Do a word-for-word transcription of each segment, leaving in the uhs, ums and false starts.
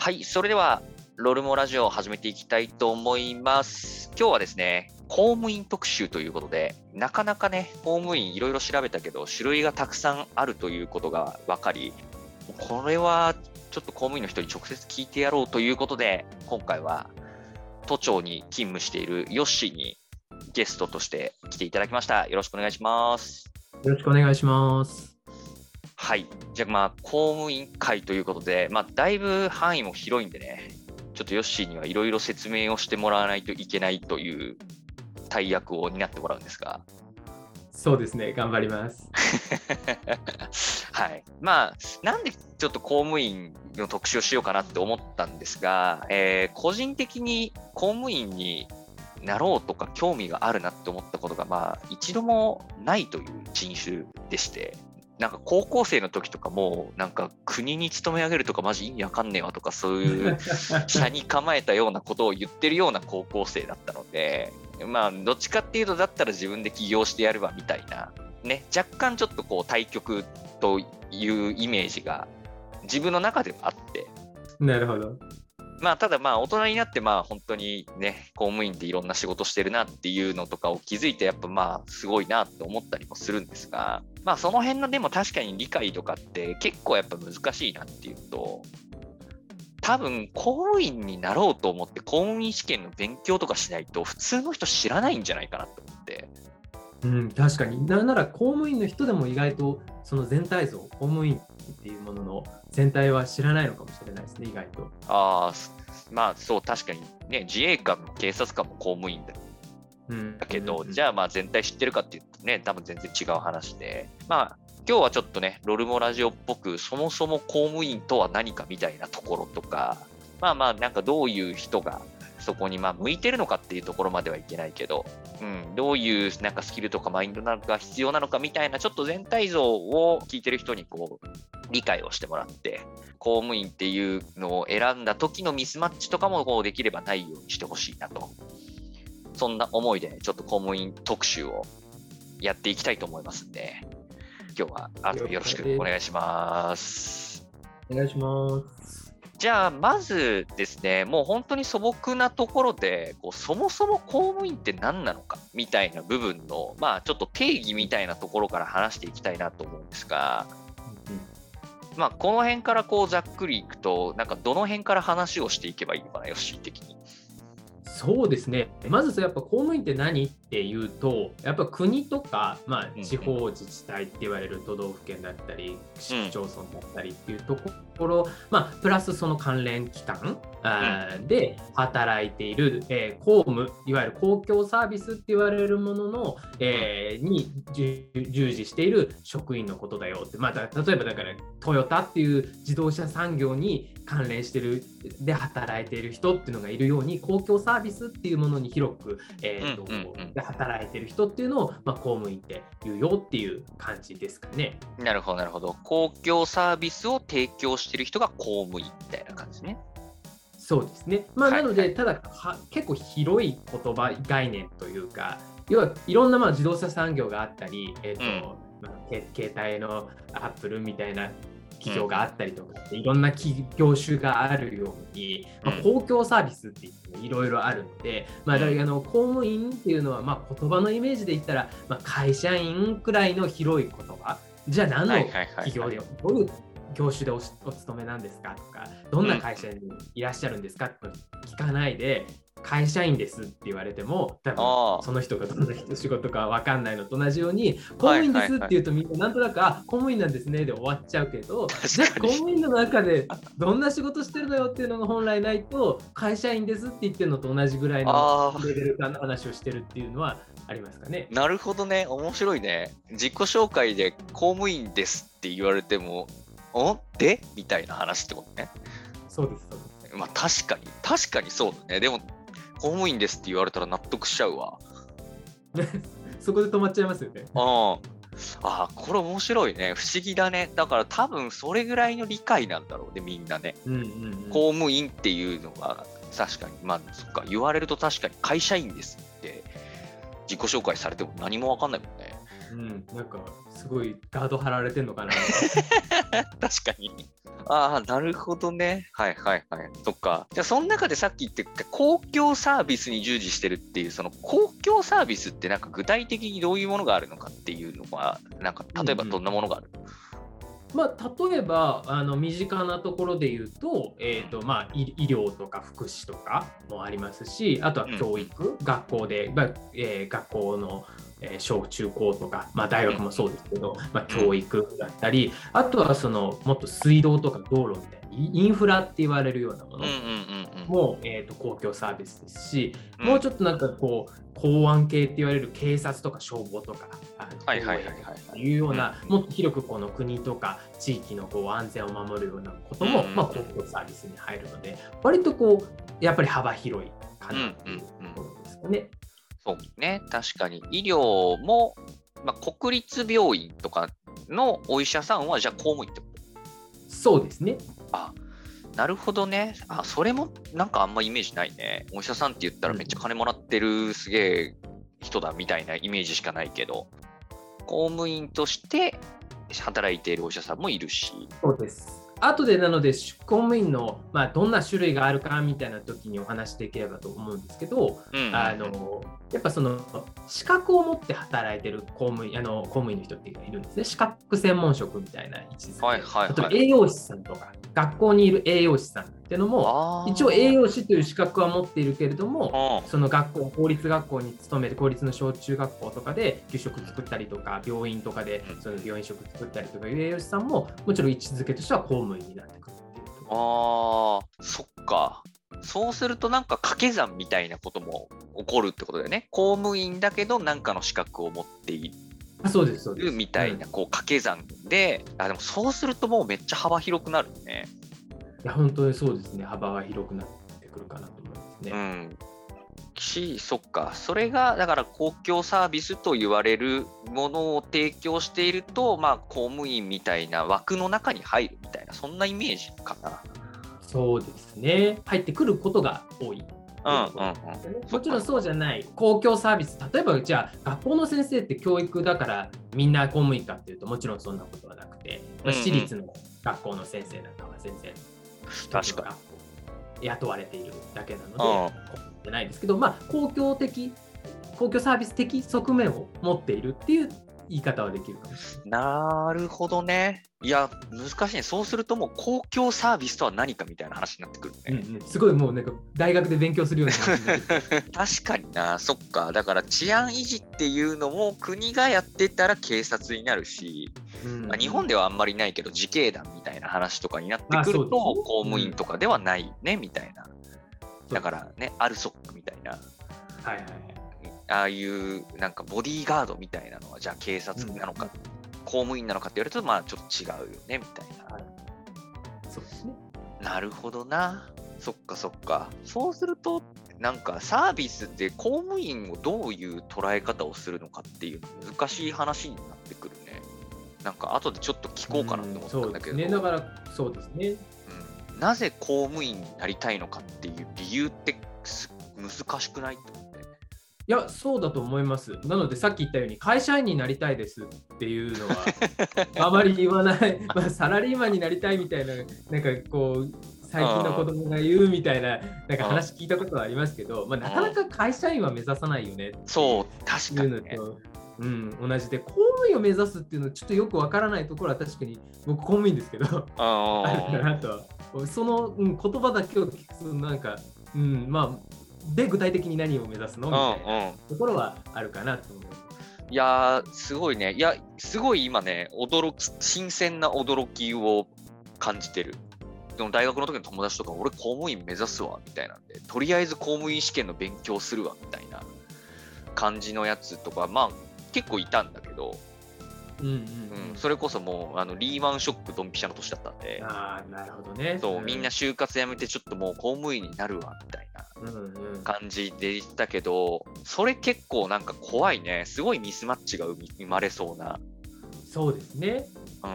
はい、それではロルモラジオを始めていきたいと思います。今日はですね、公務員特集ということで、なかなかね、公務員いろいろ調べたけど、種類がたくさんあるということが分かり、これはちょっと公務員の人に直接聞いてやろうということで、今回は都庁に勤務しているヨッシーにゲストとして来ていただきました。よろしくお願いします。 よろしくお願いします。 はい。じゃあ、まあ、公務員会ということで、まあ、だいぶ範囲も広いんでね、ちょっとヨッシーにはいろいろ説明をしてもらわないといけないという大役を担ってもらうんですが。 そうですね、頑張ります。 はい。まあ、なんでちょっと公務員の特集をしようかなって思ったんですが、えー、個人的に公務員になろうとか興味があるなって思ったことが、まあ、一度もないという人種でして、なんか高校生の時とかもなんか国に勤め上げるとかマジ意味わかんねえわとかそういう車に構えたようなことを言ってるような高校生だったので、まあどっちかっていうとだったら自分で起業してやるわみたいなね、若干ちょっとこう対極というイメージが自分の中ではあって、 なるほど。 まあただまあ大人になってまあ本当にね、公務員っていろんな仕事してるなっていうのとかを気づいてやっぱまあすごいなって思ったりもするんですが、まあその辺のでも確かに理解とかって結構やっぱ難しいなっていうと、多分公務員になろうと思って公務員試験の勉強とかしないと普通の人知らないんじゃないかなと思って。 うん、確かに。なんなら公務員の人でも意外とその全体像、公務員っていうものの全体は知らないのかもしれないですね、意外と。 ああ、まあそう確かにね、自衛官も警察官も公務員だだけど、 うんうんうん、 じゃあまあ全体知ってるかっていうとね、多分全然違う話で、まあ今日はちょっとね、ロルモラジオっぽく、そもそも公務員とは何かみたいなところとか、まあまあなんかどういう人がそこにまあ向いてるのかっていうところまではいけないけど、うん、どういうなんかスキルとかマインドなのか必要なのかみたいなちょっと全体像を聞いてる人にこう理解をしてもらって、公務員っていうのを選んだ時のミスマッチとかもこうできればないようにしてほしいなと。そんな思いでちょっと公務員特集をやっていきたいと思いますんで、今日は改めてよろしくお願いします。 お願いします。 じゃあまずですね、もう本当に素朴なところで、こうそもそも公務員って何なのかみたいな部分の、まあちょっと定義みたいなところから話していきたいなと思うんですが、うん、まあこの辺からこうざっくりいくと、なんかどの辺から話をしていけばいいのかな、ヨッシー的に。 そうですね。まずやっぱ公務員って何っていうと、やっぱ国とか、まあ、地方自治体って言われる都道府県だったり、市区町村だったりっていうところ、うん、まあ、プラスその関連機関、うん、で働いている、えー、公務、いわゆる公共サービスって言われるものの、えー、に従事している職員のことだよって、まあ、例えばだからトヨタっていう自動車産業に関連してるで働いている人っていうのがいるように、公共サービスっていうものに広く、えーとうんうんうん、で働いている人っていうのを、まあ、公務員って言うよっていう感じですかね。 なるほどなるほど。公共サービスを提供している人が公務員みたいな感じですね。 そうですね。まあ、なので、はいはい、ただは結構広い言葉概念というか、要はいろんなまあ自動車産業があったり、えーとうんまあ、携帯のアップルみたいな企業があったりとか、うん、いろんな業種があるように、まあ、公共サービスっていろいろあるので、まあ、だからあの公務員っていうのはまあ言葉のイメージで言ったら、まあ、会社員くらいの広い言葉。じゃあ何の企業で、どういう業種で お, お勤めなんですかとか、どんな会社にいらっしゃるんですかって聞かないで、会社員ですって言われても、多分その人がどんな仕事か分かんないのと同じように、公務員ですって言うとみんななんとなく、あ、公務員なんですねで終わっちゃうけど、じゃあ公務員の中でどんな仕事してるのよっていうのが本来ないと、会社員ですって言ってるのと同じぐらいのレベル感の話をしてるっていうのはありますかね。 なるほどね、面白いね。自己紹介で公務員ですって言われても、おでみたいな話ってことね。 そうです、そうです。 まあ確かに、確かにそうだね。でも、公務員ですって言われたら納得しちゃうわ。 そこで止まっちゃいますよね。 ああ、これ面白いね。不思議だね。だから多分それぐらいの理解なんだろうね、みんなね。 うんうんうん、 公務員っていうのが確かに、まあそっか、言われると確かに会社員ですって自己紹介されても何も分かんないもんね。 うん、なんかすごいガード張られてんのかな。 確かに。 ああ、なるほどね。はいはいはい。そっか。じゃあ、その中でさっき言って公共サービスに従事してるっていう、その公共サービスってなんか具体的にどういうものがあるのかっていうのは、なんか例えばどんなものがある、うんうん、 まあ、例えばあの身近なところで言うと、えーとまあ、医療とか福祉とかもありますし、あとは教育、うん、学校で、まあえー、学校の、えー、小中高とか、まあ、大学もそうですけど、うんまあ、教育だったり、あとはそのもっと水道とか道路みたいなインフラって言われるようなものも、えーと公共サービスですし、うん、もうちょっとなんかこう公安系って言われる警察とか消防とかっていうような、もっと広くこの国とか地域のこう安全を守るようなことも、うんまあ、公共サービスに入るので、割とこうやっぱり幅広いかなというところですかね。 うんうんうん、そうね、確かに医療も、まあ、国立病院とかのお医者さんはじゃあ公務員ってこと？ そうですね。 あ、なるほどね。あ、それもなんかあんまイメージないね。お医者さんって言ったらめっちゃ金もらってるすげえ人だみたいなイメージしかないけど、公務員として働いているお医者さんもいるし。 そうです。後でなので公務員の、まあ、どんな種類があるかみたいな時にお話しできればと思うんですけど、うんうんうん、あのやっぱその資格を持って働いてる公務員あの公務員の人っていうのがいるんですね。資格専門職みたいな位置づけ、はいはいはい、例えば栄養士さんとか学校にいる栄養士さんっていうのも一応栄養士という資格は持っているけれども、その学校公立学校に勤めて公立の小中学校とかで給食作ったりとか病院とかでその病院食作ったりとかいう栄養士さんももちろん位置づけとしては公務員になってくるっていう。 ああ、そっか。そうするとなんか掛け算みたいなことも起こるってことだよね。公務員だけど何かの資格を持っている。 そうですそうですみたいなこう掛け算で、うん、あでもそうするともうめっちゃ幅広くなるね。 いや本当にそうですね。幅が広くなってくるかなと思いますね。 うんし、そっか、それがだから公共サービスと言われるものを提供していると、まあ、公務員みたいな枠の中に入るみたいな、そんなイメージかな。 そうですね。入ってくることが多い。 うんうんうん、 もちろんそうじゃない公共サービス、例えばじゃあ学校の先生って教育だからみんな公務員かっていうともちろんそんなことはなくて、まあ、私立の学校の先生なんかは全然確かに雇われているだけなので、じゃないですけど、まあ、公共的公共サービス的側面を持っているっていう言い方はできるかもしれない。 なるほどね。いや難しいね。そうするともう公共サービスとは何かみたいな話になってくるね。 うんうん、すごいもうなんか大学で勉強するような話になってくる。 確かにな。そっか。だから治安維持っていうのも国がやってたら警察になるし、うんまあ、日本ではあんまりないけど自警団みたいな話とかになってくると公務員とかではないねみたいな。だからね、アルソックみたいな。 はいはいはい。 ああいうなんかボディーガードみたいなのはじゃあ警察なのか、うん、公務員なのかって言われるとまあちょっと違うよねみたいな、はい、 そうですね。 なるほどな。そっかそっか。そうするとなんかサービスで公務員をどういう捉え方をするのかっていう難しい話になってくるね。なんか後でちょっと聞こうかなって思ったんだけど、うん、そうですね。だからそうですね、 うん、なぜ公務員になりたいのかっていう理由って難しくないと思って。 いや、そうだと思います。なので、さっき言ったように、会社員になりたいですっていうのは、あまり言わない、まあ、サラリーマンになりたいみたいな、なんかこう、最近の子供が言うみたいな、なんか話聞いたことはありますけど、まあ、なかなか会社員は目指さないよねっていうのと、 そう、確かにね。 うん、同じで、公務員を目指すっていうのは、ちょっとよくわからないところは確かに、僕、公務員ですけど、あるかなと。その、うん、言葉だけを聞くと、なんか、うん、まあ、で具体的に何を目指すのみたいなところはあるかなと思う。うんうん、 いやーすごいね。いやすごい今ね驚き新鮮な驚きを感じてる。でも大学の時の友達とか俺公務員目指すわみたいなんでとりあえず公務員試験の勉強するわみたいな感じのやつとかまあ結構いたんだけど、 うんうんうんうん、それこそもうあのリーマンショックドンピシャの年だったんで、 あーなるほどね。 そう、うん、みんな就活やめてちょっともう公務員になるわみたいな感じで言ったけど、うんうん、それ結構なんか怖いね。すごいミスマッチが生まれそうな。 そうですね。 うん。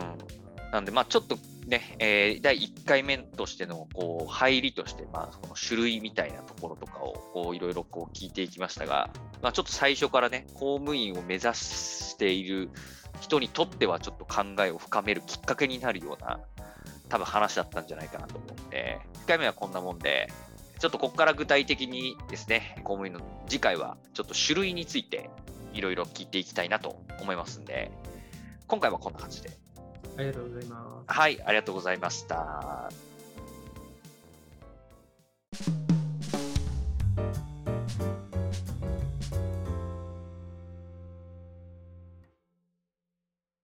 なんでまあちょっとね、えー、だいいっかいめとしてのこう入りとしてまあこの種類みたいなところとかをこういろいろこう聞いていきましたが、まあちょっと最初からね公務員を目指している人にとってはちょっと考えを深めるきっかけになるような多分話だったんじゃないかなと思うんで、いっかいめはこんなもんで、ちょっとここから具体的にですね、公務員の次回はちょっと種類についていろいろ聞いていきたいなと思いますんで、今回はこんな感じで。 ありがとうございます。 はい、ありがとうございました。